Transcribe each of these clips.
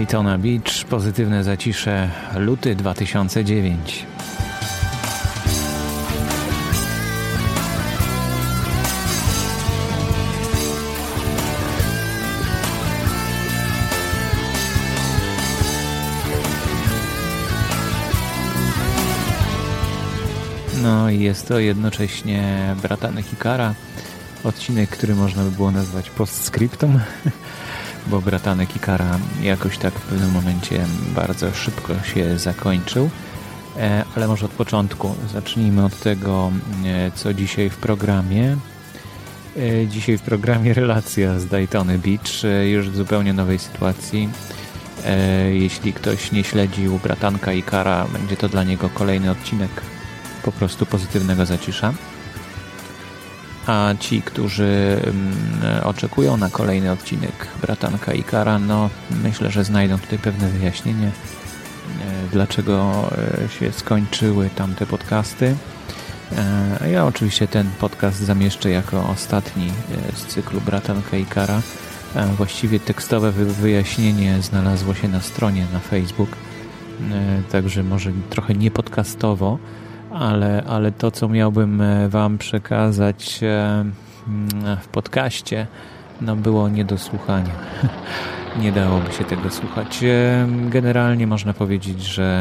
Daytona Beach, pozytywne zacisze, luty 2009. No i jest to jednocześnie Bratanek i Kara, odcinek, który można by było nazwać postscriptum, bo Bratanek i Kara jakoś tak w pewnym momencie bardzo szybko się zakończył. Ale może od początku. Zacznijmy od tego, co dzisiaj w programie. Dzisiaj w programie relacja z Daytony Beach, już w zupełnie nowej sytuacji. Jeśli ktoś nie śledził Bratanka i Kara, będzie to dla niego kolejny odcinek po prostu pozytywnego zacisza. A ci, którzy oczekują na kolejny odcinek Bratanka i Kara, no myślę, że znajdą tutaj pewne wyjaśnienie, dlaczego się skończyły tamte podcasty. Ja oczywiście ten podcast zamieszczę jako ostatni z cyklu Bratanka i Kara. Właściwie tekstowe wyjaśnienie znalazło się na stronie na Facebook, także może trochę nie podcastowo, ale to, co miałbym wam przekazać w podcaście, no było nie do słuchania. Nie dałoby się tego słuchać. Generalnie można powiedzieć, że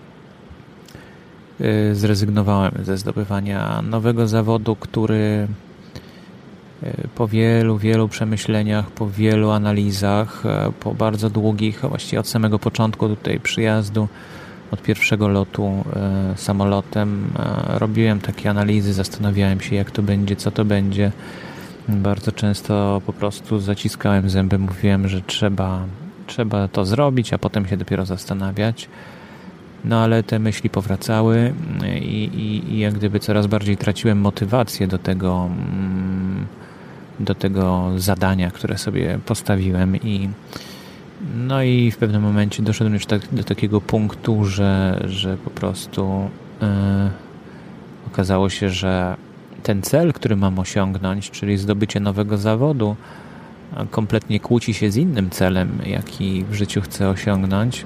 zrezygnowałem ze zdobywania nowego zawodu, który po wielu przemyśleniach, po wielu analizach, po bardzo długich, właściwie od samego początku tutaj przyjazdu, od pierwszego lotu samolotem robiłem takie analizy, zastanawiałem się, jak to będzie, co to będzie. Bardzo często po prostu zaciskałem zęby, mówiłem, że trzeba to zrobić, a potem się dopiero zastanawiać. No ale te myśli powracały i jak gdyby coraz bardziej traciłem motywację do tego zadania, które sobie postawiłem no i w pewnym momencie doszedłem już do takiego punktu, że po prostu okazało się, że ten cel, który mam osiągnąć, czyli zdobycie nowego zawodu, kompletnie kłóci się z innym celem, jaki w życiu chcę osiągnąć.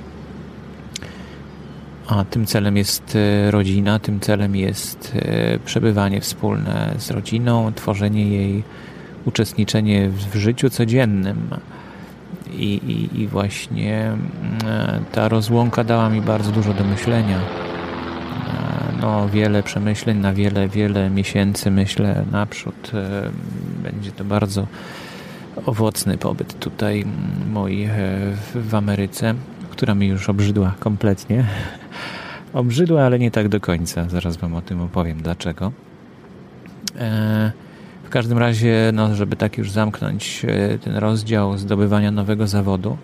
A tym celem jest rodzina, tym celem jest przebywanie wspólne z rodziną, tworzenie jej, uczestniczenie w życiu codziennym. I właśnie ta rozłąka dała mi bardzo dużo do myślenia. No, wiele przemyśleń na wiele miesięcy, myślę, naprzód. Będzie to bardzo owocny pobyt tutaj mój w Ameryce, która mi już obrzydła kompletnie. Obrzydła, ale nie tak do końca. Zaraz wam o tym opowiem, dlaczego. W każdym razie, no, żeby tak już zamknąć ten rozdział zdobywania nowego zawodu,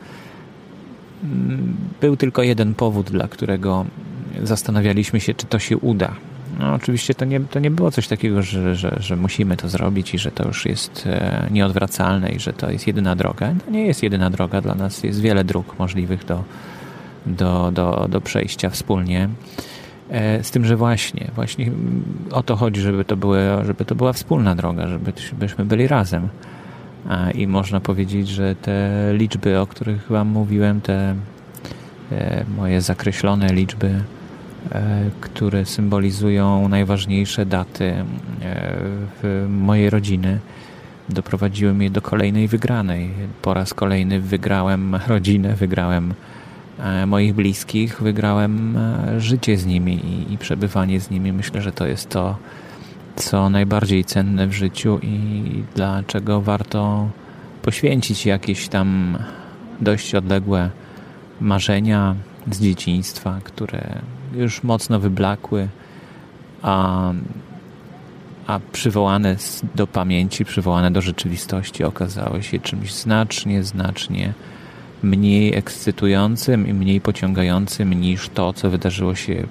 był tylko jeden powód, dla którego zastanawialiśmy się, czy to się uda. No, oczywiście to nie było coś takiego, że musimy to zrobić i że to już jest nieodwracalne i że to jest jedyna droga. To nie jest jedyna droga, dla nas jest wiele dróg możliwych do przejścia wspólnie. Z tym, że właśnie o to chodzi, żeby to była wspólna droga, żebyśmy byli razem. I można powiedzieć, że te liczby, o których wam mówiłem, te moje zakreślone liczby, które symbolizują najważniejsze daty w mojej rodziny, doprowadziły mnie do kolejnej wygranej. Po raz kolejny wygrałem rodzinę, wygrałem moich bliskich, wygrałem życie z nimi i przebywanie z nimi. Myślę, że to jest to, co najbardziej cenne w życiu i dlaczego warto poświęcić jakieś tam dość odległe marzenia z dzieciństwa, które już mocno wyblakły, a przywołane do pamięci, przywołane do rzeczywistości okazały się czymś znacznie mniej ekscytującym i mniej pociągającym niż to, co wydarzyło się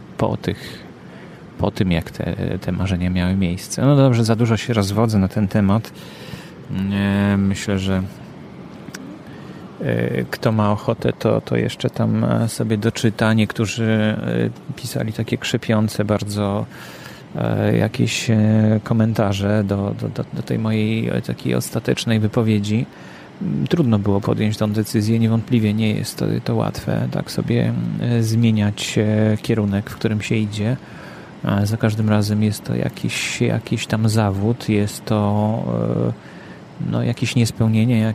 po tym, jak te marzenia miały miejsce. No dobrze, za dużo się rozwodzę na ten temat. Myślę, że kto ma ochotę, to jeszcze tam sobie doczyta. Niektórzy pisali takie krzepiące bardzo jakieś komentarze do tej mojej takiej ostatecznej wypowiedzi. trudno było podjąć tą decyzję. Niewątpliwie nie jest to łatwe, tak sobie zmieniać kierunek, w którym się idzie. Za każdym razem jest to jakiś tam zawód, jest to jakieś niespełnienie,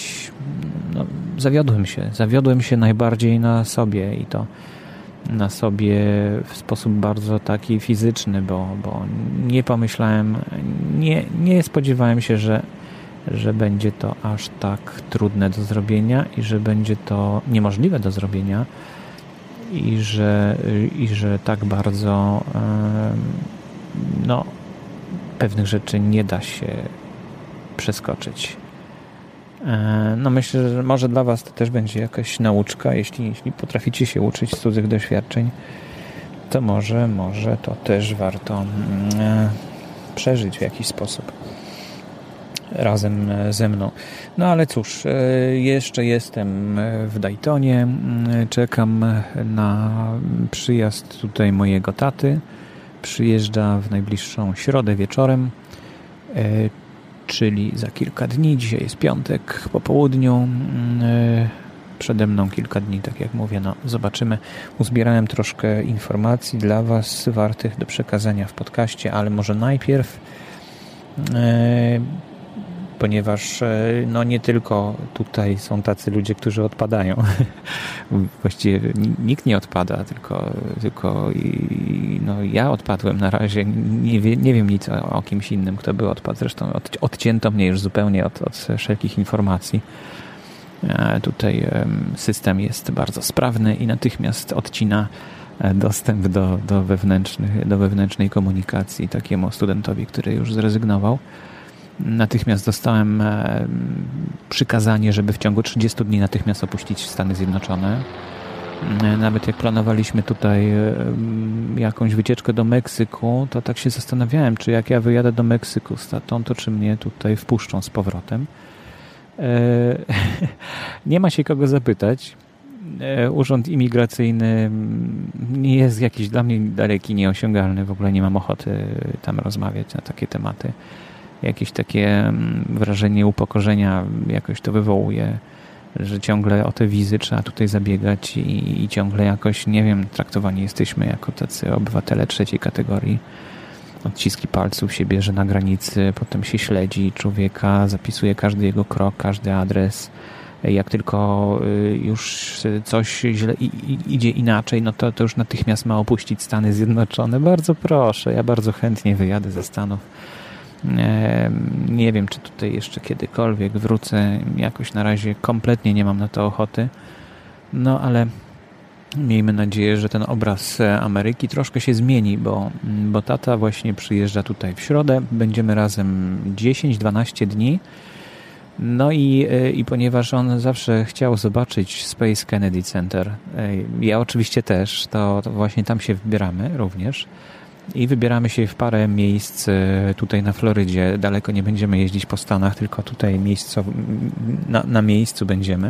zawiodłem się najbardziej na sobie i to na sobie w sposób bardzo taki fizyczny, bo nie pomyślałem, nie spodziewałem się, że będzie to aż tak trudne do zrobienia i że będzie to niemożliwe do zrobienia i że tak bardzo pewnych rzeczy nie da się przeskoczyć. Myślę, że może dla Was to też będzie jakaś nauczka, jeśli potraficie się uczyć z cudzych doświadczeń, to może to też warto przeżyć w jakiś sposób razem ze mną. No ale cóż, jeszcze jestem w Daytonie, czekam na przyjazd tutaj mojego taty. Przyjeżdża w najbliższą środę wieczorem, czyli za kilka dni. Dzisiaj jest piątek po południu. Przede mną kilka dni, tak jak mówię, zobaczymy. Uzbierałem troszkę informacji dla Was wartych do przekazania w podcaście, ale może najpierw, ponieważ nie tylko tutaj są tacy ludzie, którzy odpadają. Właściwie nikt nie odpada, tylko ja odpadłem na razie. Nie wiem nic o kimś innym, kto by odpadł. Zresztą odcięto mnie już zupełnie od wszelkich informacji. Tutaj system jest bardzo sprawny i natychmiast odcina dostęp do wewnętrznej komunikacji takiemu studentowi, który już zrezygnował. Natychmiast dostałem przykazanie, żeby w ciągu 30 dni natychmiast opuścić Stany Zjednoczone. Nawet jak planowaliśmy tutaj jakąś wycieczkę do Meksyku, to tak się zastanawiałem, czy jak ja wyjadę do Meksyku z tatą, to czy mnie tutaj wpuszczą z powrotem. Nie ma się kogo zapytać. Urząd imigracyjny nie jest jakiś dla mnie daleki, nieosiągalny. W ogóle nie mam ochoty tam rozmawiać na takie tematy. Jakieś takie wrażenie upokorzenia jakoś to wywołuje, że ciągle o te wizy trzeba tutaj zabiegać i ciągle jakoś, nie wiem, traktowani jesteśmy jako tacy obywatele trzeciej kategorii. Odciski palców się bierze na granicy, potem się śledzi człowieka, zapisuje każdy jego krok, każdy adres. Jak tylko już coś źle idzie inaczej, to już natychmiast ma opuścić Stany Zjednoczone. Bardzo proszę, ja bardzo chętnie wyjadę ze Stanów. Nie wiem, czy tutaj jeszcze kiedykolwiek wrócę. Jakoś na razie kompletnie nie mam na to ochoty. Ale miejmy nadzieję, że ten obraz Ameryki troszkę się zmieni, bo tata właśnie przyjeżdża tutaj w środę. Będziemy razem 10-12 dni. I ponieważ on zawsze chciał zobaczyć Space Kennedy Center, ja oczywiście też, to właśnie tam się wybieramy również. I wybieramy się w parę miejsc tutaj na Florydzie. Daleko nie będziemy jeździć po Stanach, tylko tutaj na miejscu będziemy.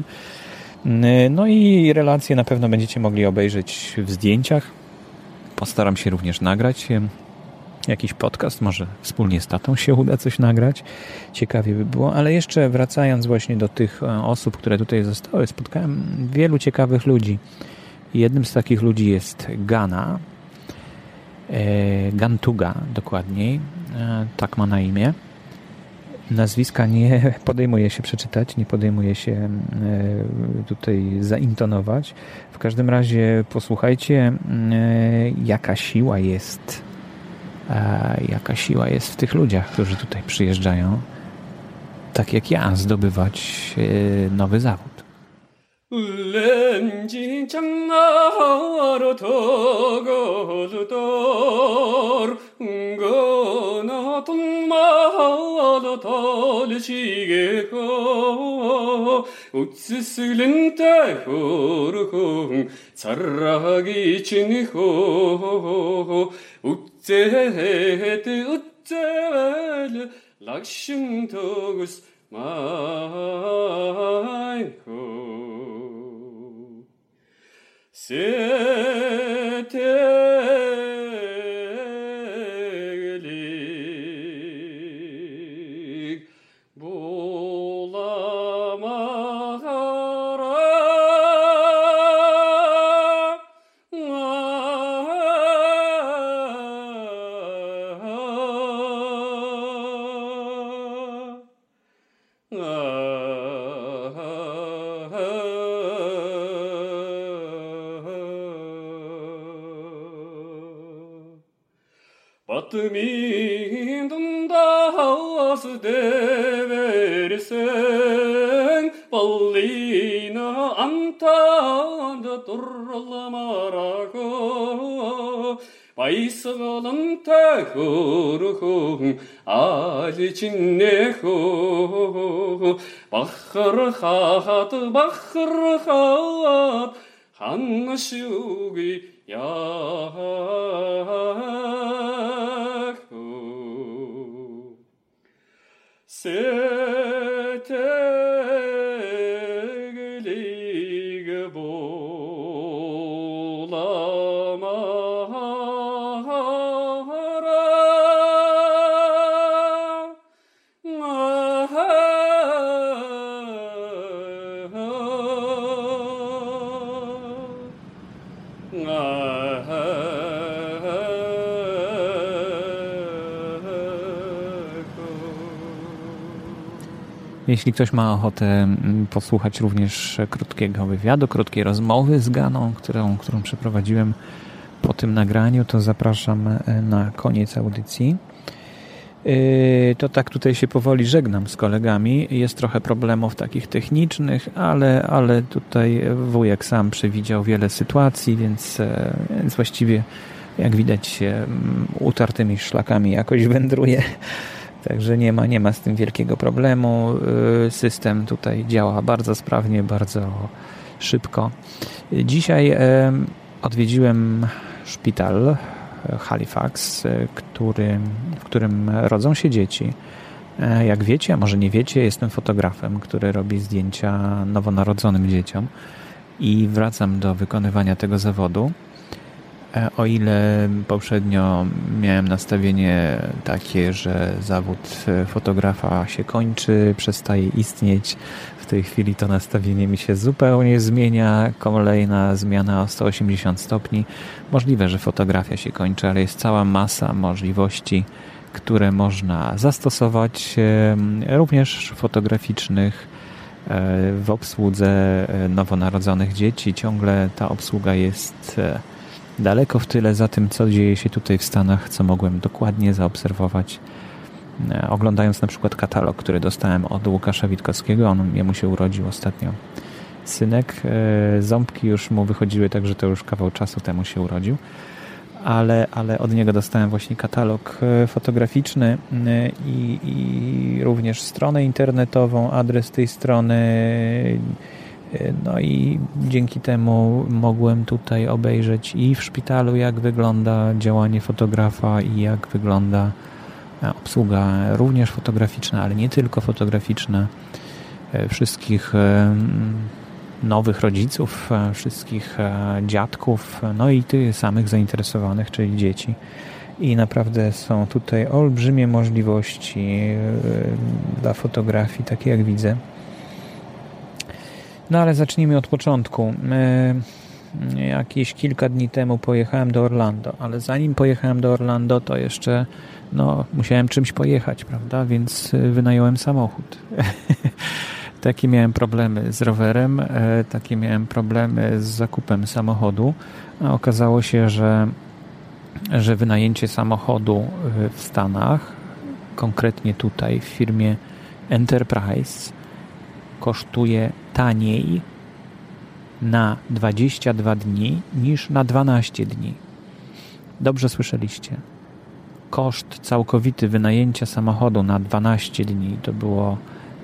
I relacje na pewno będziecie mogli obejrzeć w zdjęciach. Postaram się również nagrać jakiś podcast, może wspólnie z tatą się uda coś nagrać. Ciekawie by było, ale jeszcze wracając właśnie do tych osób, które tutaj zostały, spotkałem wielu ciekawych ludzi. Jednym z takich ludzi jest Gantuga dokładniej, tak ma na imię. Nazwiska nie podejmuje się przeczytać, nie podejmuje się tutaj zaintonować. W każdym razie posłuchajcie, jaka siła jest w tych ludziach, którzy tutaj przyjeżdżają, tak jak ja, zdobywać nowy zawód. Setelik bulamaz Batmin dundas deversen Ballina antanda turlamarago Baysalın tağırğın alicinneho Bahır xat Hanşugi yahu Seteglig Jeśli ktoś ma ochotę posłuchać również krótkiego wywiadu, krótkiej rozmowy z Ganą, którą przeprowadziłem po tym nagraniu, to zapraszam na koniec audycji. To tak tutaj się powoli żegnam z kolegami. Jest trochę problemów takich technicznych, ale tutaj wujek sam przewidział wiele sytuacji, więc właściwie jak widać utartymi szlakami jakoś wędruje. Także nie ma z tym wielkiego problemu. System tutaj działa bardzo sprawnie, bardzo szybko. Dzisiaj odwiedziłem szpital Halifax, w którym rodzą się dzieci. Jak wiecie, a może nie wiecie, jestem fotografem, który robi zdjęcia nowonarodzonym dzieciom i wracam do wykonywania tego zawodu. O ile poprzednio miałem nastawienie takie, że zawód fotografa się kończy, przestaje istnieć, w tej chwili to nastawienie mi się zupełnie zmienia, kolejna zmiana o 180 stopni. Możliwe, że fotografia się kończy, ale jest cała masa możliwości, które można zastosować, również fotograficznych, w obsłudze nowonarodzonych dzieci. Ciągle ta obsługa jest daleko w tyle za tym, co dzieje się tutaj w Stanach, co mogłem dokładnie zaobserwować, oglądając na przykład katalog, który dostałem od Łukasza Witkowskiego. Jemu się urodził ostatnio synek. Ząbki już mu wychodziły, także to już kawał czasu temu się urodził. Ale od niego dostałem właśnie katalog fotograficzny i również stronę internetową, adres tej strony. No i dzięki temu mogłem tutaj obejrzeć i w szpitalu, jak wygląda działanie fotografa i jak wygląda obsługa również fotograficzna, ale nie tylko fotograficzna, wszystkich nowych rodziców, wszystkich dziadków, no i tych samych zainteresowanych, czyli dzieci. I naprawdę są tutaj olbrzymie możliwości dla fotografii, takie jak widzę. No ale zacznijmy od początku. Jakieś kilka dni temu pojechałem do Orlando, ale zanim pojechałem do Orlando, to jeszcze musiałem czymś pojechać, prawda? Więc wynająłem samochód. Takie miałem problemy z rowerem, takie miałem problemy z zakupem samochodu. A okazało się, że wynajęcie samochodu w Stanach, konkretnie tutaj w firmie Enterprise, kosztuje taniej na 22 dni niż na 12 dni. Dobrze słyszeliście. Koszt całkowity wynajęcia samochodu na 12 dni to było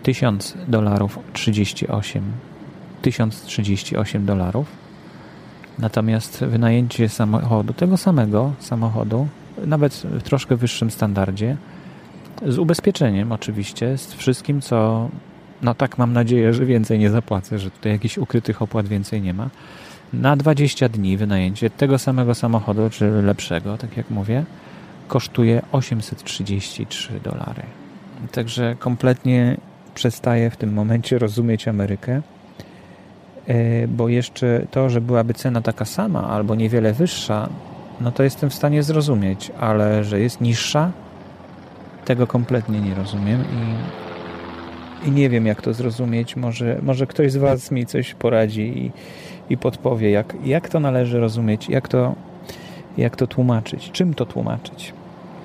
$1038. Natomiast wynajęcie samochodu, tego samego samochodu, nawet w troszkę wyższym standardzie, z ubezpieczeniem oczywiście, z wszystkim, co tak mam nadzieję, że więcej nie zapłacę, że tutaj jakichś ukrytych opłat więcej nie ma. Na 20 dni wynajęcie tego samego samochodu, czy lepszego, tak jak mówię, kosztuje $833. Także kompletnie przestaję w tym momencie rozumieć Amerykę, bo jeszcze to, że byłaby cena taka sama albo niewiele wyższa, no to jestem w stanie zrozumieć, ale że jest niższa, tego kompletnie nie rozumiem i nie wiem, jak to zrozumieć. Może ktoś z Was mi coś poradzi i podpowie, jak to należy rozumieć, jak to tłumaczyć, czym to tłumaczyć.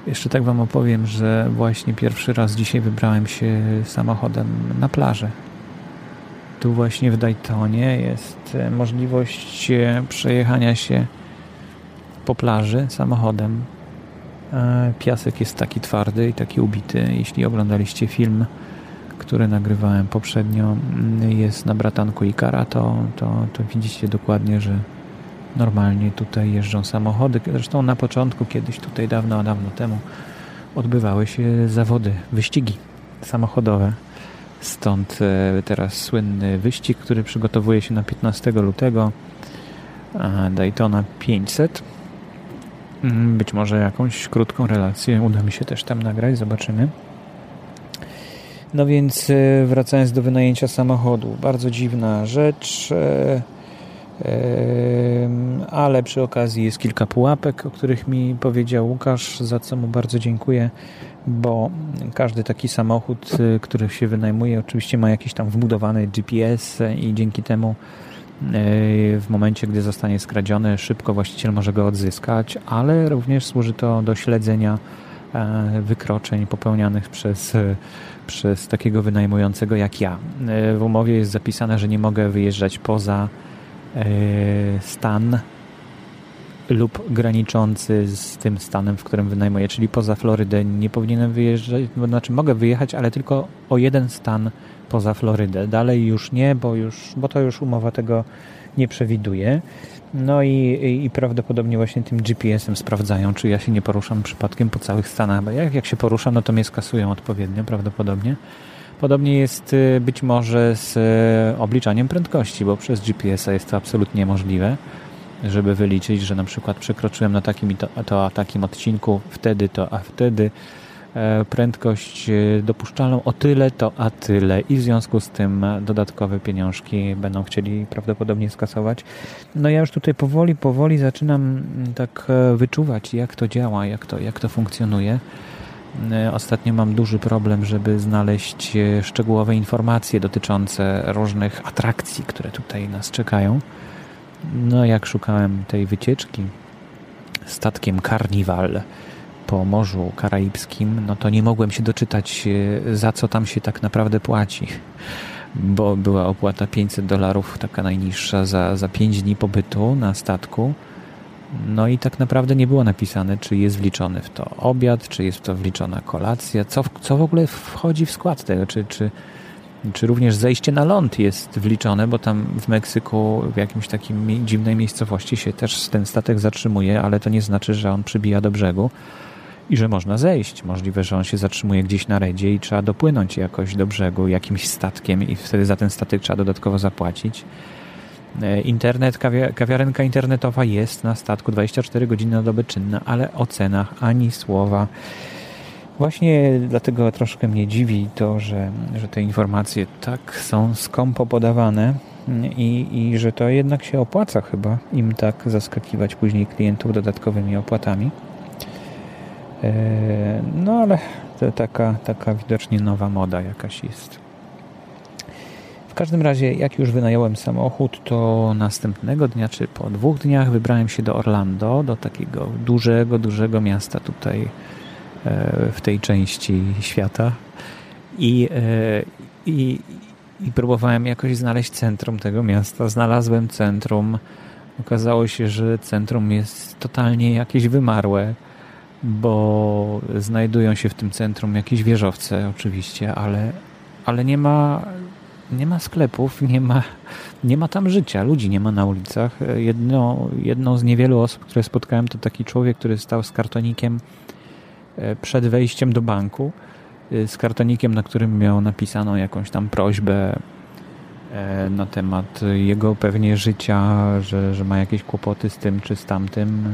Jeszcze tak wam opowiem, że właśnie pierwszy raz dzisiaj wybrałem się samochodem na plażę. Tu właśnie w Daytonie jest możliwość przejechania się po plaży samochodem. Piasek jest taki twardy i taki ubity. Jeśli oglądaliście film, który nagrywałem poprzednio, jest na bratanku Ikara, to widzicie dokładnie, że normalnie tutaj jeżdżą samochody. Zresztą na początku, kiedyś tutaj dawno temu odbywały się zawody, wyścigi samochodowe. Stąd teraz słynny wyścig, który przygotowuje się na 15 lutego, Daytona 500. Być może jakąś krótką relację uda mi się też tam nagrać, zobaczymy. No więc wracając do wynajęcia samochodu, bardzo dziwna rzecz, ale przy okazji jest kilka pułapek, o których mi powiedział Łukasz, za co mu bardzo dziękuję, bo każdy taki samochód, który się wynajmuje, oczywiście ma jakiś tam wbudowany GPS i dzięki temu w momencie, gdy zostanie skradziony, szybko właściciel może go odzyskać, ale również służy to do śledzenia wykroczeń popełnianych przez takiego wynajmującego jak ja. W umowie jest zapisane, że nie mogę wyjeżdżać poza stan lub graniczący z tym stanem, w którym wynajmuję, czyli poza Florydę nie powinienem wyjeżdżać, znaczy mogę wyjechać, ale tylko o jeden stan poza Florydę. Dalej już nie, bo to już umowa tego nie przewiduje. No i prawdopodobnie właśnie tym GPS-em sprawdzają, czy ja się nie poruszam przypadkiem po całych Stanach. Bo jak się poruszam, no to mnie skasują odpowiednio prawdopodobnie. Podobnie jest być może z obliczaniem prędkości, bo przez GPS-a jest to absolutnie możliwe, żeby wyliczyć, że na przykład przekroczyłem na takim takim odcinku wtedy prędkość dopuszczalną o tyle a tyle i w związku z tym dodatkowe pieniążki będą chcieli prawdopodobnie skasować. No ja już tutaj powoli zaczynam tak wyczuwać, jak to działa, jak to funkcjonuje. Ostatnio mam duży problem, żeby znaleźć szczegółowe informacje dotyczące różnych atrakcji, które tutaj nas czekają. No jak szukałem tej wycieczki statkiem Carnival po Morzu Karaibskim, no to nie mogłem się doczytać, za co tam się tak naprawdę płaci, bo była opłata $500, taka najniższa za 5 dni pobytu na statku. No i tak naprawdę nie było napisane, czy jest wliczony w to obiad, czy jest w to wliczona kolacja, co w ogóle wchodzi w skład tego, czy również zejście na ląd jest wliczone, bo tam w Meksyku w jakimś takim dziwnej miejscowości się też ten statek zatrzymuje, ale to nie znaczy, że on przybija do brzegu i że można zejść. Możliwe, że on się zatrzymuje gdzieś na redzie i trzeba dopłynąć jakoś do brzegu jakimś statkiem i wtedy za ten statek trzeba dodatkowo zapłacić. Internet, kawiarenka internetowa jest na statku 24 godziny na dobę czynna, ale o cenach ani słowa. Właśnie dlatego troszkę mnie dziwi to, że te informacje tak są skąpo podawane i że to jednak się opłaca chyba im tak zaskakiwać później klientów dodatkowymi opłatami. No ale to taka widocznie nowa moda jakaś jest. W każdym razie, jak już wynająłem samochód, to następnego dnia, czy po 2 dniach wybrałem się do Orlando, do takiego dużego miasta tutaj w tej części świata i próbowałem jakoś znaleźć centrum tego miasta. Znalazłem centrum. Okazało się, że centrum jest totalnie jakieś wymarłe, bo znajdują się w tym centrum jakieś wieżowce oczywiście, ale nie ma sklepów, nie ma tam życia, ludzi nie ma na ulicach. Jedną z niewielu osób, które spotkałem, to taki człowiek, który stał z kartonikiem przed wejściem do banku, z kartonikiem, na którym miał napisaną jakąś tam prośbę na temat jego pewnie życia, że ma jakieś kłopoty z tym czy z tamtym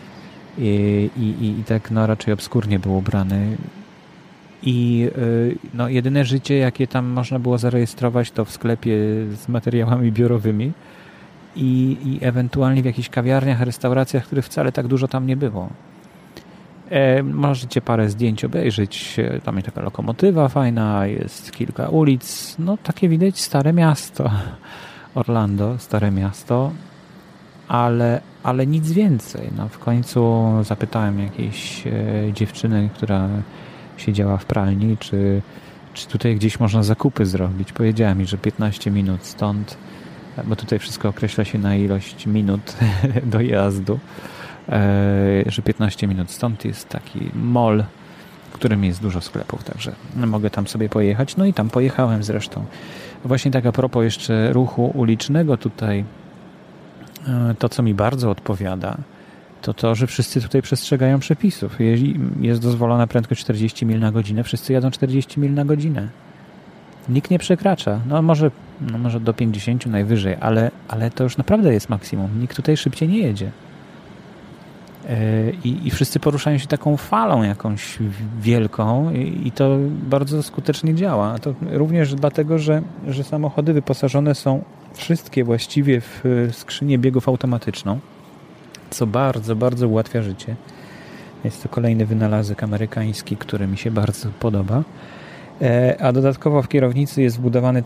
i tak raczej obskurnie był ubrany. I jedyne życie, jakie tam można było zarejestrować, to w sklepie z materiałami biurowymi i ewentualnie w jakichś kawiarniach, restauracjach, których wcale tak dużo tam nie było. Możecie parę zdjęć obejrzeć, tam jest taka lokomotywa fajna, jest kilka ulic, takie widać stare miasto, Orlando, stare miasto, ale ale nic więcej. No, w końcu zapytałem jakiejś dziewczyny, która siedziała w pralni, czy tutaj gdzieś można zakupy zrobić. Powiedziała mi, że 15 minut stąd, bo tutaj wszystko określa się na ilość minut dojazdu, że 15 minut stąd jest taki mall, w którym jest dużo sklepów, także mogę tam sobie pojechać. No i tam pojechałem zresztą. Właśnie tak a propos jeszcze ruchu ulicznego tutaj, to co mi bardzo odpowiada, to, że wszyscy tutaj przestrzegają przepisów. Jeśli jest dozwolona prędkość 40 mil na godzinę, wszyscy jadą 40 mil na godzinę. Nikt nie przekracza. No może do 50 najwyżej, ale to już naprawdę jest maksimum. Nikt tutaj szybciej nie jedzie. I wszyscy poruszają się taką falą jakąś wielką i to bardzo skutecznie działa. A to również dlatego, że samochody wyposażone są wszystkie właściwie w skrzynię biegów automatyczną, co bardzo, bardzo ułatwia życie. Jest to kolejny wynalazek amerykański, który mi się bardzo podoba. A dodatkowo w kierownicy jest wbudowany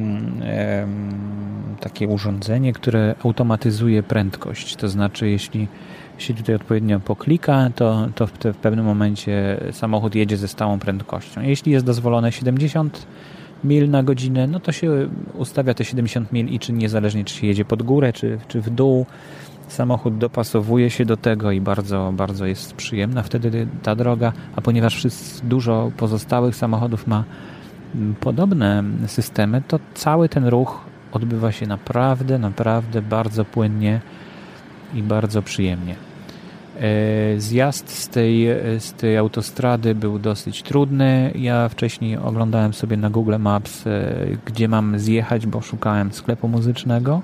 takie urządzenie, które automatyzuje prędkość. To znaczy, jeśli się tutaj odpowiednio poklika, to w pewnym momencie samochód jedzie ze stałą prędkością. Jeśli jest dozwolone 70 mil na godzinę, no to się ustawia te 70 mil i niezależnie czy się jedzie pod górę, czy w dół, samochód dopasowuje się do tego i bardzo, bardzo jest przyjemna wtedy ta droga, a ponieważ dużo pozostałych samochodów ma podobne systemy, to cały ten ruch odbywa się naprawdę, naprawdę bardzo płynnie i bardzo przyjemnie. Zjazd z tej autostrady był dosyć trudny. Ja wcześniej oglądałem sobie na Google Maps, gdzie mam zjechać, bo szukałem sklepu muzycznego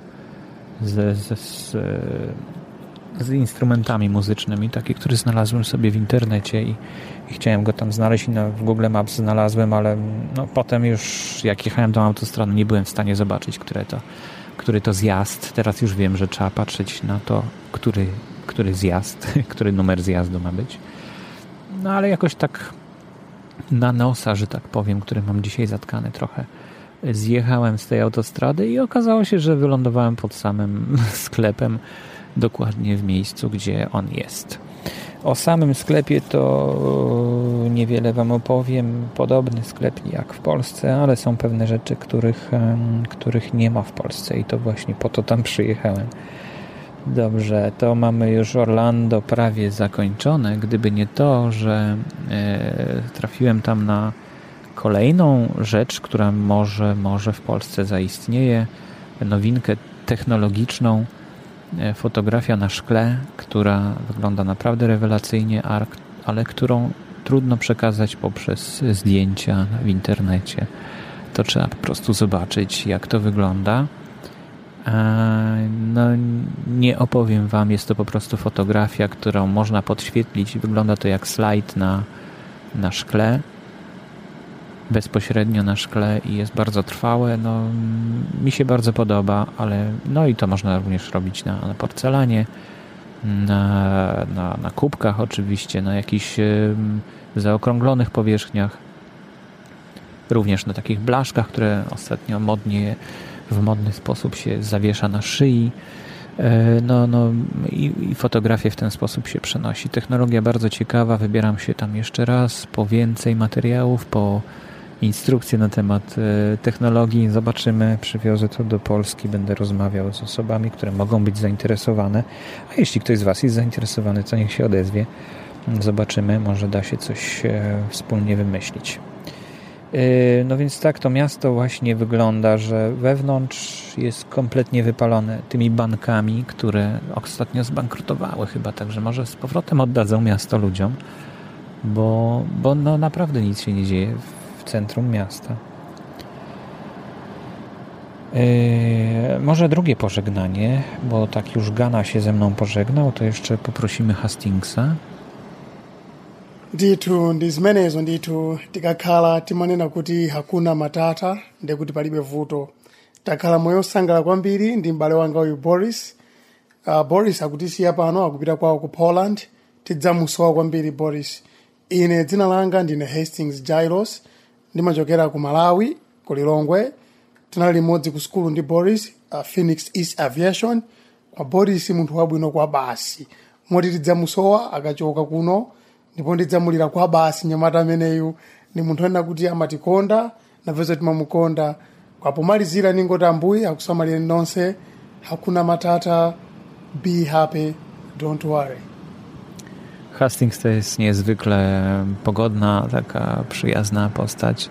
z instrumentami muzycznymi, takie, które znalazłem sobie w internecie i chciałem go tam znaleźć i w Google Maps znalazłem, ale potem już jak jechałem tą autostradą, nie byłem w stanie zobaczyć, który to zjazd. Teraz już wiem, że trzeba patrzeć na to, który zjazd, który numer zjazdu ma być. No ale jakoś tak na nosa, że tak powiem, który mam dzisiaj zatkany trochę, zjechałem z tej autostrady i okazało się, że wylądowałem pod samym sklepem, dokładnie w miejscu, gdzie on jest. O samym sklepie to niewiele Wam opowiem. Podobny sklep jak w Polsce, ale są pewne rzeczy, których nie ma w Polsce i to właśnie po to tam przyjechałem. Dobrze, to mamy już Orlando prawie zakończone. Gdyby nie to, że trafiłem tam na kolejną rzecz, która może w Polsce zaistnieje, nowinkę technologiczną, fotografia na szkle, która wygląda naprawdę rewelacyjnie, ale którą trudno przekazać poprzez zdjęcia w internecie. To trzeba po prostu zobaczyć, jak to wygląda. No, nie opowiem Wam, jest to po prostu fotografia, którą można podświetlić. Wygląda to jak slajd na szkle, bezpośrednio na szkle i jest bardzo trwałe. No, mi się bardzo podoba, ale i to można również robić na porcelanie, na kubkach oczywiście, na jakichś zaokrąglonych powierzchniach, również na takich blaszkach, które ostatnio w modny sposób się zawiesza na szyi. I fotografię w ten sposób się przenosi. Technologia bardzo ciekawa, wybieram się tam jeszcze raz po więcej materiałów, po instrukcje na temat technologii. Zobaczymy, przywiozę to do Polski, będę rozmawiał z osobami, które mogą być zainteresowane, a jeśli ktoś z Was jest zainteresowany, to niech się odezwie. Zobaczymy, może da się coś wspólnie wymyślić. No więc tak to miasto właśnie wygląda, że wewnątrz jest kompletnie wypalone tymi bankami, które ostatnio zbankrutowały chyba, także może z powrotem oddadzą miasto ludziom, bo naprawdę nic się nie dzieje w centrum miasta. Może drugie pożegnanie, bo tak już Gana się ze mną pożegnał, to jeszcze poprosimy Hastingsa. Ndithu ndi zimenezo ndithu tikakhala timanena kuti hakuna matata ndekuti palibe vuto. Takhala moyo osangala kwambiri ndi m'bale wanga uyu Boris. Boris akutisiya pano akupita kwawo ku Poland. Tidzamusowa kwambiri Boris. Ine dzina langa ndine Hastings Jairos, ndimachokera ku Malawi, ku Lilongwe. Tinali limodzi ku skulu ndi Boris, Phoenix East Aviation. kwa Boris munthu wabwino kwa basi moti tidzamusowa akachoka kuno ndipo ndidzamulira kwa basi nyamata ameneyu ni munthu ena kuti amatikonda nafeso timamukonda. Kwapomalizira ningoti Ambuye akusamalireni nonse. Hakuna matata, be happy, don't worry. Hastings to jest niezwykle pogodna, taka przyjazna postać.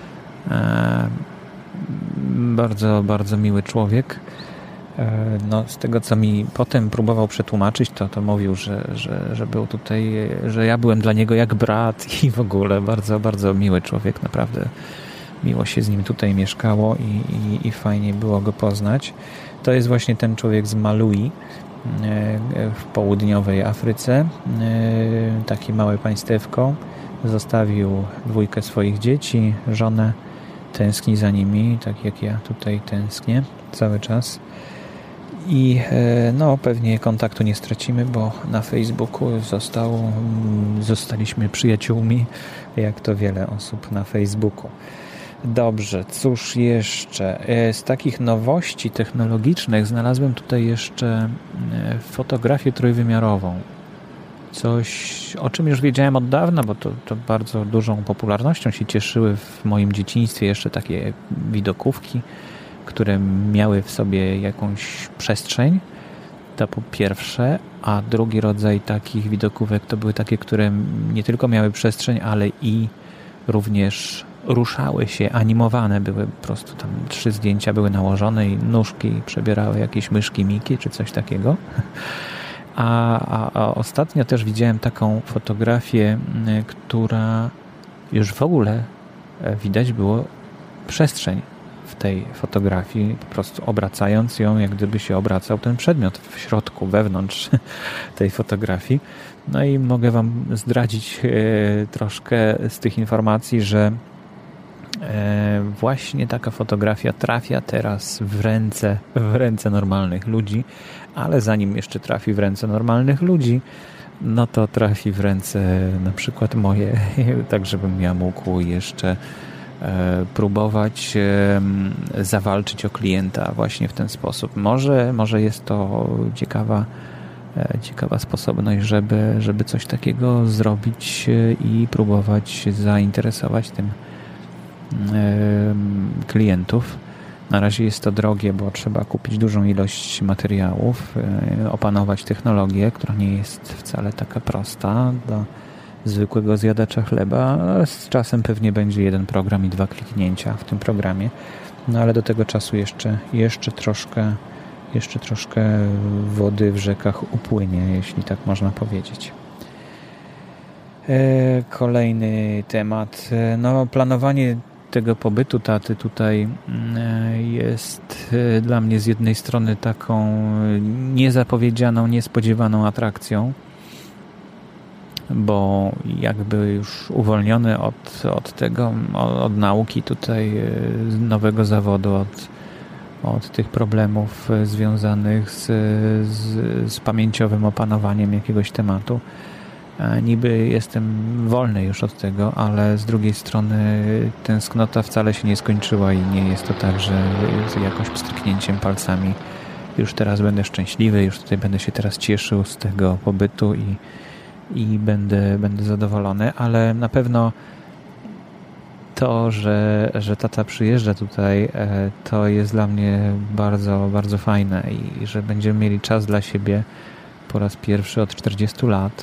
Bardzo, bardzo miły człowiek. No, z tego, co mi potem próbował przetłumaczyć, to mówił, że był tutaj, że ja byłem dla niego jak brat i w ogóle bardzo, bardzo miły człowiek, naprawdę miło się z nim tutaj mieszkało i fajnie było go poznać. To jest właśnie ten człowiek z Malui w południowej Afryce, takie małe państewko. Zostawił 2 swoich dzieci, żonę, tęskni za nimi, tak jak ja tutaj tęsknię cały czas. I no, pewnie kontaktu nie stracimy, bo na Facebooku zostaliśmy przyjaciółmi, jak to wiele osób na Facebooku. Dobrze, cóż jeszcze? Z takich nowości technologicznych znalazłem tutaj jeszcze fotografię trójwymiarową. Coś, o czym już wiedziałem od dawna, bo to bardzo dużą popularnością się cieszyły w moim dzieciństwie jeszcze takie widokówki, które miały w sobie jakąś przestrzeń. To po pierwsze, a drugi rodzaj takich widokówek to były takie, które nie tylko miały przestrzeń, ale i również ruszały się, animowane były, po prostu tam 3 zdjęcia były nałożone i nóżki przebierały jakieś myszki Miki czy coś takiego. A ostatnio też widziałem taką fotografię, która już w ogóle widać było przestrzeń w tej fotografii, po prostu obracając ją, jak gdyby się obracał ten przedmiot w środku, wewnątrz tej fotografii. No i mogę Wam zdradzić troszkę z tych informacji, że właśnie taka fotografia trafia teraz w ręce normalnych ludzi, ale zanim jeszcze trafi w ręce normalnych ludzi, no to trafi w ręce na przykład moje, tak żebym ja mógł jeszcze próbować zawalczyć o klienta właśnie w ten sposób. Może jest to ciekawa sposobność, żeby coś takiego zrobić i próbować zainteresować tym klientów. Na razie jest to drogie, bo trzeba kupić dużą ilość materiałów, opanować technologię, która nie jest wcale taka prosta dla zwykłego zjadacza chleba, ale z czasem pewnie będzie 1 program i 2 kliknięcia w tym programie. No ale do tego czasu jeszcze troszkę wody w rzekach upłynie, jeśli tak można powiedzieć. Kolejny temat. No, planowanie tego pobytu taty tutaj jest dla mnie z jednej strony taką niezapowiedzianą, niespodziewaną atrakcją, bo jakby już uwolniony od tego, od nauki tutaj nowego zawodu, od tych problemów związanych z pamięciowym opanowaniem jakiegoś tematu. Niby jestem wolny już od tego, ale z drugiej strony tęsknota wcale się nie skończyła i nie jest to tak, że jakoś pstryknięciem palcami już teraz będę szczęśliwy, już tutaj będę się teraz cieszył z tego pobytu i będę zadowolony, ale na pewno to, że tata przyjeżdża tutaj, to jest dla mnie bardzo, bardzo fajne i że będziemy mieli czas dla siebie po raz pierwszy od 40 lat.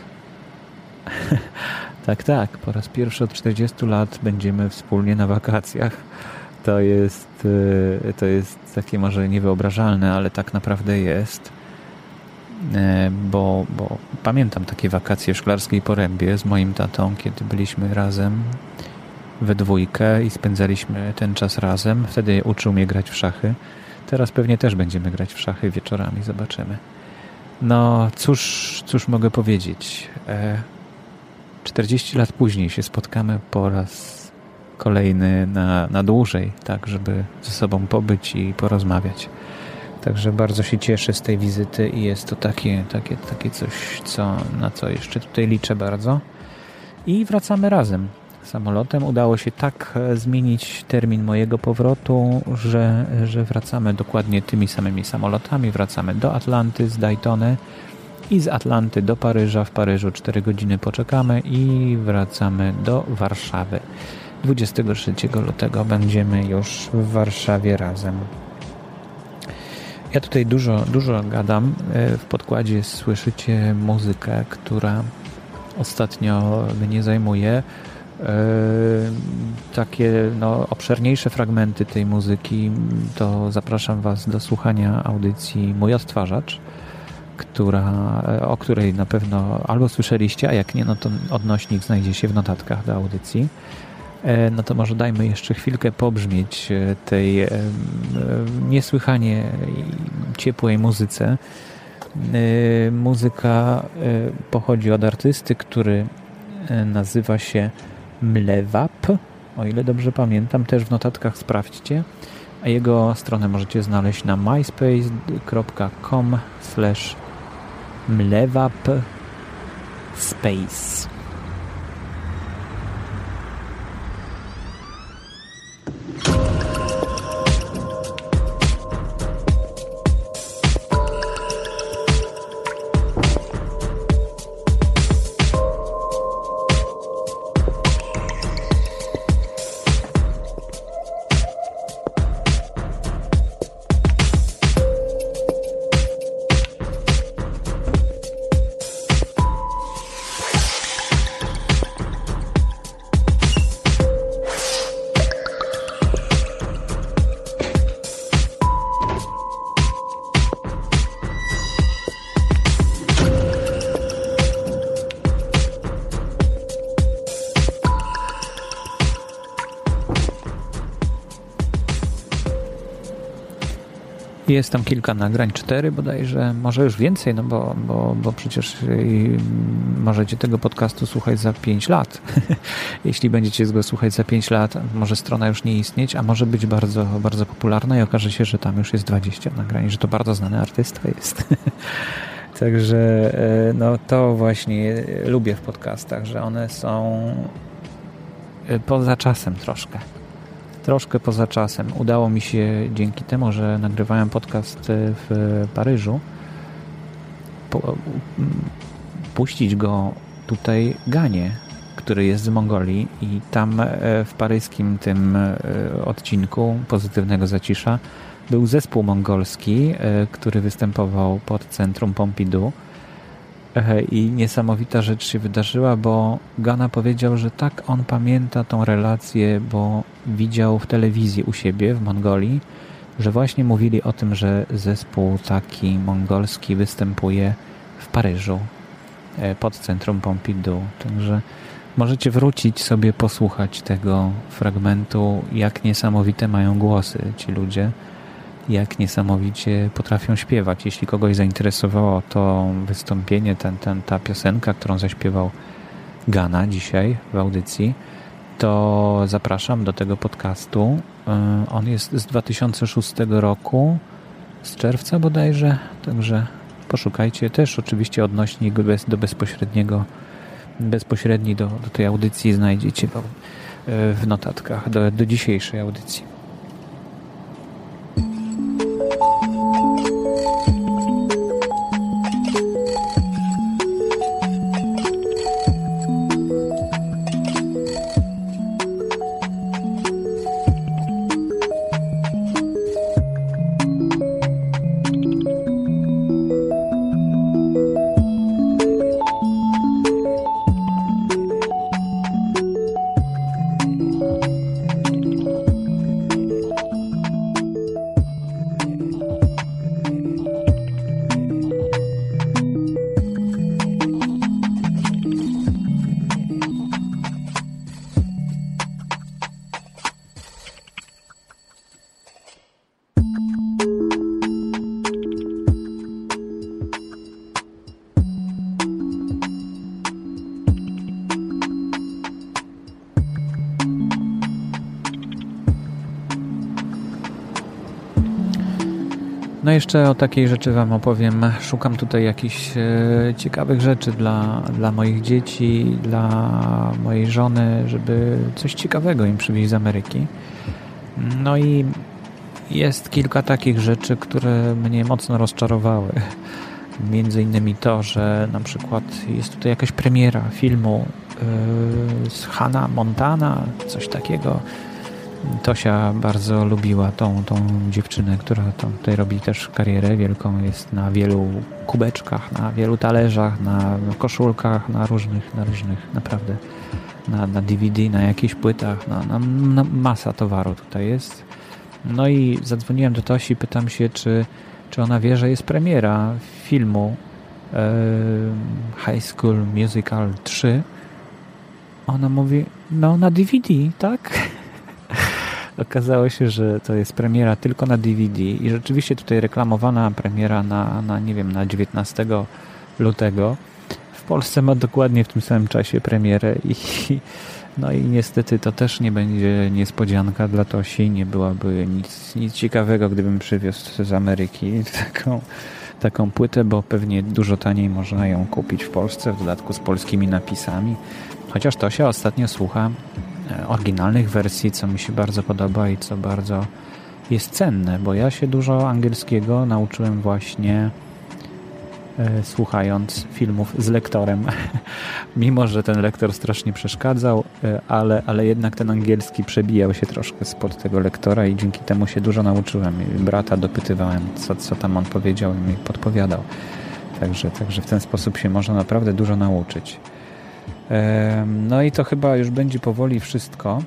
Tak, po raz pierwszy od 40 lat będziemy wspólnie na wakacjach. To jest takie może niewyobrażalne, ale tak naprawdę jest. Bo pamiętam takie wakacje w Szklarskiej Porębie z moim tatą, kiedy byliśmy razem we dwójkę i spędzaliśmy ten czas razem. Wtedy uczył mnie grać w szachy. Teraz pewnie też będziemy grać w szachy wieczorami, zobaczymy. No, cóż mogę powiedzieć? 40 lat później się spotkamy po raz kolejny na dłużej, tak, żeby ze sobą pobyć i porozmawiać. Także bardzo się cieszę z tej wizyty i jest to takie coś, na co jeszcze tutaj liczę bardzo. I wracamy razem samolotem. Udało się tak zmienić termin mojego powrotu, że wracamy dokładnie tymi samymi samolotami. Wracamy do Atlanty z Daytony i z Atlanty do Paryża. W Paryżu 4 godziny poczekamy i wracamy do Warszawy. 23 lutego będziemy już w Warszawie razem. Ja tutaj dużo gadam. W podkładzie słyszycie muzykę, która ostatnio mnie zajmuje. Takie obszerniejsze fragmenty tej muzyki, to zapraszam Was do słuchania audycji Mój Odtwarzacz, o której na pewno albo słyszeliście, a jak nie, no to odnośnik znajdzie się w notatkach do audycji. No to może dajmy jeszcze chwilkę pobrzmieć tej niesłychanie ciepłej muzyce. Muzyka pochodzi od artysty, który nazywa się Mlewap, o ile dobrze pamiętam, też w notatkach sprawdźcie, a jego stronę możecie znaleźć na myspace.com/mlewapspace. Jest tam kilka nagrań, 4 bodajże, może już więcej, no bo przecież możecie tego podcastu słuchać za 5 lat. Jeśli będziecie go słuchać za 5 lat, może strona już nie istnieć, a może być bardzo, bardzo popularna i okaże się, że tam już jest 20 nagrań, że to bardzo znany artysta jest. Także no to właśnie lubię w podcastach, że one są poza czasem troszkę poza czasem. Udało mi się dzięki temu, że nagrywałem podcast w Paryżu, puścić go tutaj Ganie, który jest z Mongolii, i tam w paryskim tym odcinku Pozytywnego Zacisza był zespół mongolski, który występował pod Centrum Pompidou. I niesamowita rzecz się wydarzyła, bo Gana powiedział, że tak, on pamięta tą relację, bo widział w telewizji u siebie w Mongolii, że właśnie mówili o tym, że zespół taki mongolski występuje w Paryżu pod Centrum Pompidou. Także możecie wrócić sobie, posłuchać tego fragmentu, jak niesamowite mają głosy ci ludzie, jak niesamowicie potrafią śpiewać. Jeśli kogoś zainteresowało to wystąpienie, ta piosenka, którą zaśpiewał Gana dzisiaj w audycji, to zapraszam do tego podcastu. On jest z 2006 roku, z czerwca bodajże, także poszukajcie. Też oczywiście odnośnik bezpośredni do tej audycji znajdziecie w notatkach do dzisiejszej audycji. No jeszcze o takiej rzeczy wam opowiem. Szukam tutaj jakichś ciekawych rzeczy dla moich dzieci, dla mojej żony, żeby coś ciekawego im przywieźć z Ameryki. No i jest kilka takich rzeczy, które mnie mocno rozczarowały. Między innymi to, że na przykład jest tutaj jakaś premiera filmu z Hannah Montana, coś takiego. Tosia bardzo lubiła tą dziewczynę, która tutaj robi też karierę wielką, jest na wielu kubeczkach, na wielu talerzach, na koszulkach, na różnych naprawdę, na DVD, na jakichś płytach, na masa towaru tutaj jest. No i zadzwoniłem do Tosi, pytam się, czy ona wie, że jest premiera filmu High School Musical 3. Ona mówi, no na DVD, tak? Okazało się, że to jest premiera tylko na DVD i rzeczywiście tutaj reklamowana premiera na nie wiem, na 19 lutego. W Polsce ma dokładnie w tym samym czasie premierę no i niestety to też nie będzie niespodzianka dla Tosi, nie byłaby nic ciekawego, gdybym przywiózł z Ameryki taką płytę, bo pewnie dużo taniej można ją kupić w Polsce, w dodatku z polskimi napisami. Chociaż Tosia ostatnio słucha oryginalnych wersji, co mi się bardzo podoba i co bardzo jest cenne, bo ja się dużo angielskiego nauczyłem właśnie słuchając filmów z lektorem. Mimo że ten lektor strasznie przeszkadzał, ale jednak ten angielski przebijał się troszkę spod tego lektora i dzięki temu się dużo nauczyłem. Brata dopytywałem, co tam on powiedział i mi podpowiadał. Także w ten sposób się można naprawdę dużo nauczyć. No i to chyba już będzie powoli wszystko.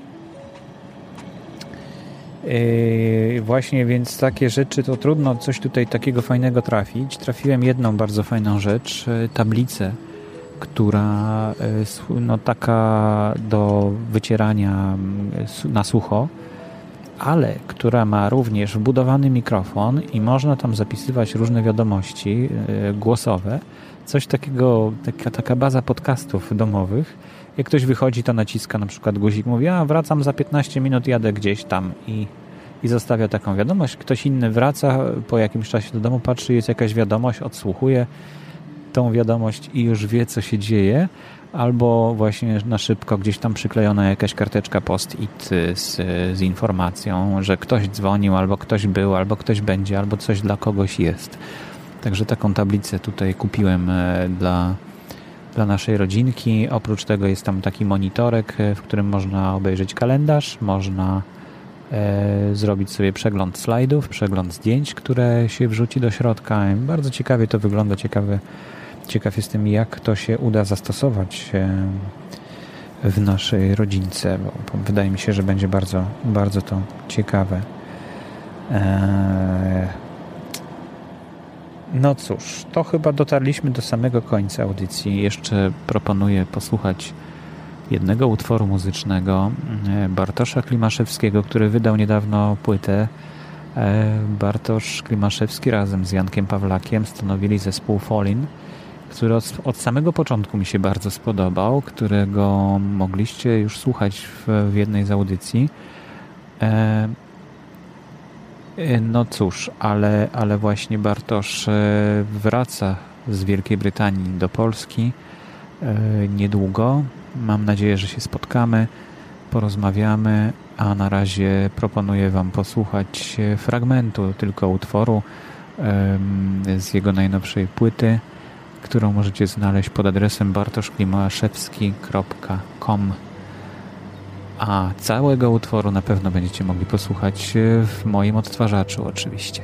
Właśnie, więc takie rzeczy to trudno coś tutaj takiego fajnego trafić. Trafiłem jedną bardzo fajną rzecz, tablicę, która no taka do wycierania na sucho, ale która ma również wbudowany mikrofon i można tam zapisywać różne wiadomości głosowe. Coś takiego, taka baza podcastów domowych. Jak ktoś wychodzi, to naciska na przykład guzik, mówi, wracam za 15 minut, jadę gdzieś tam i zostawia taką wiadomość. Ktoś inny wraca po jakimś czasie do domu, patrzy, jest jakaś wiadomość, odsłuchuje tą wiadomość i już wie, co się dzieje. Albo właśnie na szybko gdzieś tam przyklejona jakaś karteczka post-it z informacją, że ktoś dzwonił, albo ktoś był, albo ktoś będzie, albo coś dla kogoś jest. Także taką tablicę tutaj kupiłem dla naszej rodzinki. Oprócz tego jest tam taki monitorek, w którym można obejrzeć kalendarz, można zrobić sobie przegląd slajdów, przegląd zdjęć, które się wrzuci do środka. Bardzo ciekawie to wygląda, ciekaw jestem, jak to się uda zastosować w naszej rodzince, bo wydaje mi się, że będzie bardzo, bardzo to ciekawe. No cóż, to chyba dotarliśmy do samego końca audycji. Jeszcze proponuję posłuchać jednego utworu muzycznego Bartosza Klimaszewskiego, który wydał niedawno płytę. Bartosz Klimaszewski razem z Jankiem Pawlakiem stanowili zespół Fallin, który od samego początku mi się bardzo spodobał, którego mogliście już słuchać w jednej z audycji. No cóż, ale właśnie Bartosz wraca z Wielkiej Brytanii do Polski niedługo. Mam nadzieję, że się spotkamy, porozmawiamy, a na razie proponuję wam posłuchać fragmentu tylko utworu z jego najnowszej płyty, którą możecie znaleźć pod adresem bartoszklimaszewski.com. A całego utworu na pewno będziecie mogli posłuchać w moim odtwarzaczu oczywiście.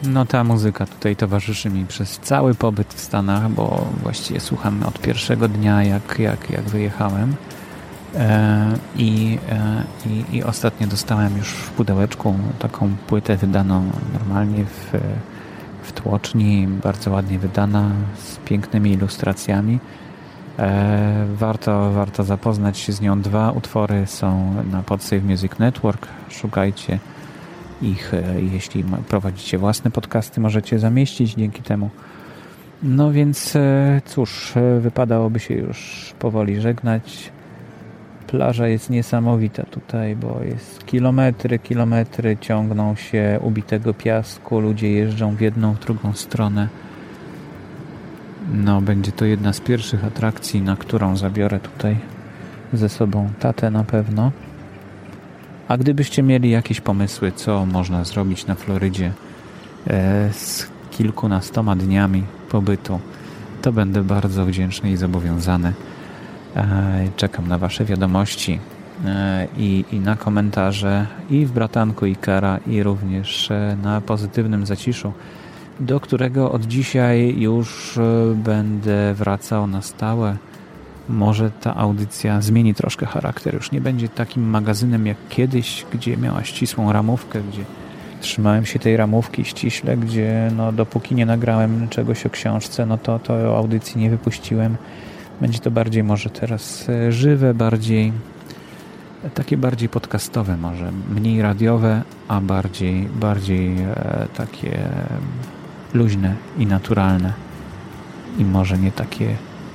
No ta muzyka tutaj towarzyszy mi przez cały pobyt w Stanach, bo właściwie słucham od pierwszego dnia, jak wyjechałem. I ostatnio dostałem już w pudełeczku taką płytę wydaną normalnie w tłoczni, bardzo ładnie wydana, z pięknymi ilustracjami. Warto zapoznać się z nią. 2 utwory są na Podsave Music Network. Szukajcie ich, jeśli prowadzicie własne podcasty, możecie zamieścić dzięki temu. No więc cóż, wypadałoby się już powoli żegnać. Plaża jest niesamowita tutaj, bo jest kilometry ciągną się ubitego piasku, ludzie jeżdżą w jedną, w drugą stronę. No, będzie to jedna z pierwszych atrakcji, na którą zabiorę tutaj ze sobą tatę na pewno. A gdybyście mieli jakieś pomysły, co można zrobić na Florydzie z kilkunastoma dniami pobytu, to będę bardzo wdzięczny i zobowiązany. Czekam na wasze wiadomości i na komentarze i w Bratanku Ikara, i również na Pozytywnym Zaciszu, do którego od dzisiaj już będę wracał na stałe. Może ta audycja zmieni troszkę charakter. Już nie będzie takim magazynem jak kiedyś, gdzie miała ścisłą ramówkę, gdzie trzymałem się tej ramówki ściśle, gdzie no, dopóki nie nagrałem czegoś o książce, no to audycji nie wypuściłem. Będzie to bardziej może teraz żywe, takie bardziej podcastowe może, mniej radiowe, a bardziej takie luźne i naturalne i może nie takie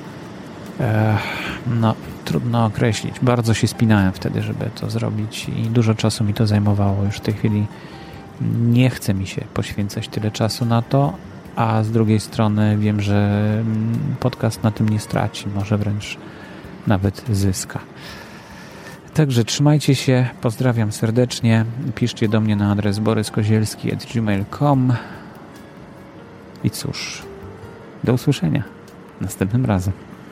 no trudno określić. Bardzo się spinałem wtedy, żeby to zrobić i dużo czasu mi to zajmowało. Już w tej chwili nie chce mi się poświęcać tyle czasu na to, a z drugiej strony wiem, że podcast na tym nie straci, może wręcz nawet zyska. Także trzymajcie się, pozdrawiam serdecznie, piszcie do mnie na adres boryskozielski@gmail.com i cóż, do usłyszenia następnym razem.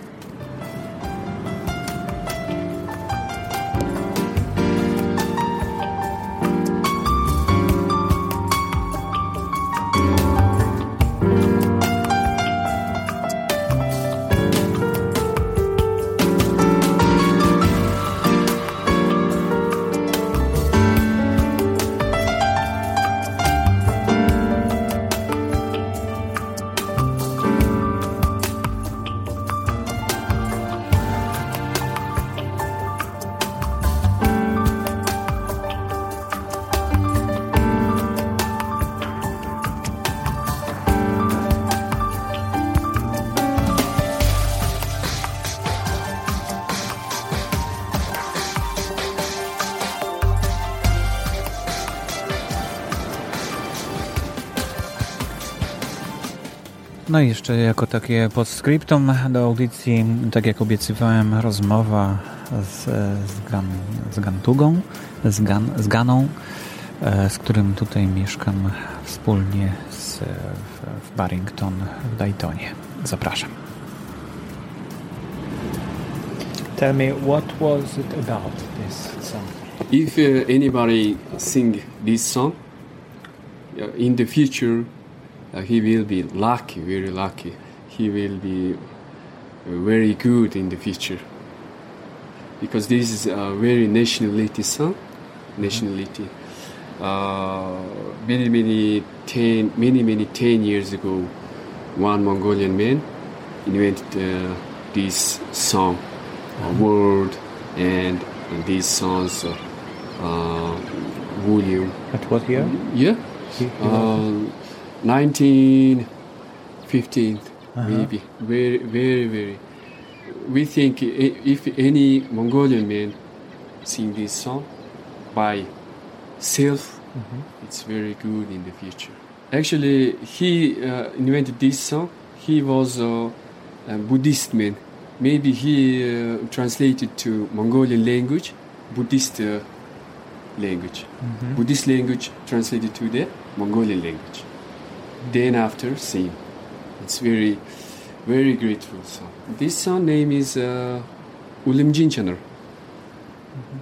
No i jeszcze jako takie postscriptum do audycji, tak jak obiecywałem, rozmowa z Gantugą, z Ganą, z którym tutaj mieszkam wspólnie w Barrington w Daytonie. Zapraszam. Tell me, what was it about, this song? If anybody sing this song, in the future, he will be lucky, very lucky. He will be very good in the future. Because this is a very nationality song. Nationality. Many 10 years ago, one Mongolian man invented this song, word, and these songs volume. At what year? Yeah. 1915, maybe. Very, very, very. We think if any Mongolian man sing this song by self, it's very good in the future. Actually, he invented this song. He was a Buddhist man. Maybe he translated to Mongolian language, Buddhist language. Buddhist language translated to the Mongolian language. Then after, same. It's very, very grateful song. This song name is Ulimjinchaner.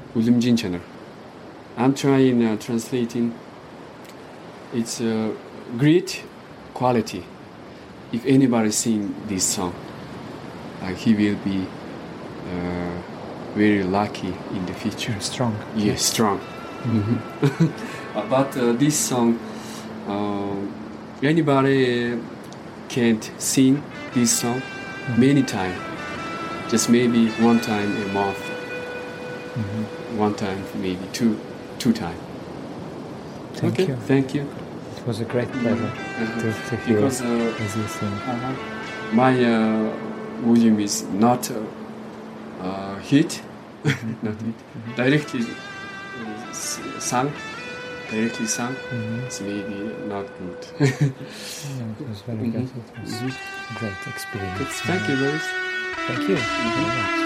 Ulimjinchaner. I'm trying translating. It's great quality. If anybody sing this song, he will be very lucky in the future. Strong. Yes, strong. But this song, anybody can't sing this song many times. Just maybe one time a month. One time, maybe two times. Thank you. Thank you. It was a great pleasure to hear Because as you sing. my volume is not hit, not hit. Directly sung. It's maybe not good. It was very good. It was a great experience. Thank you, Boris. Thank you very much.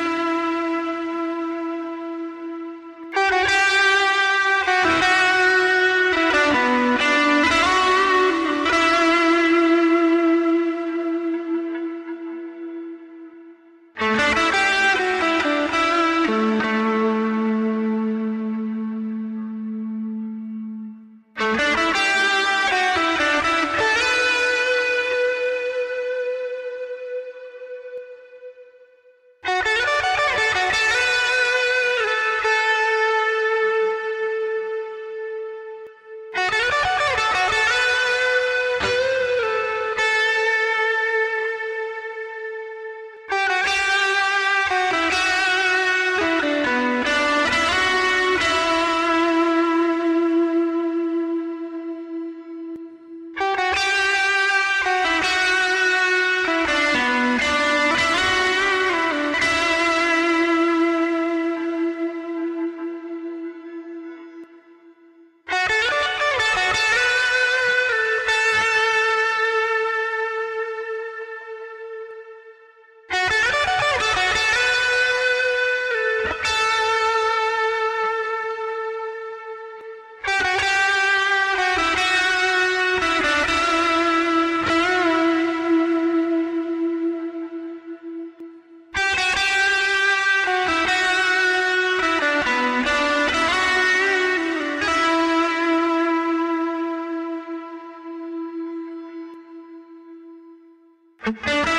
Thank you.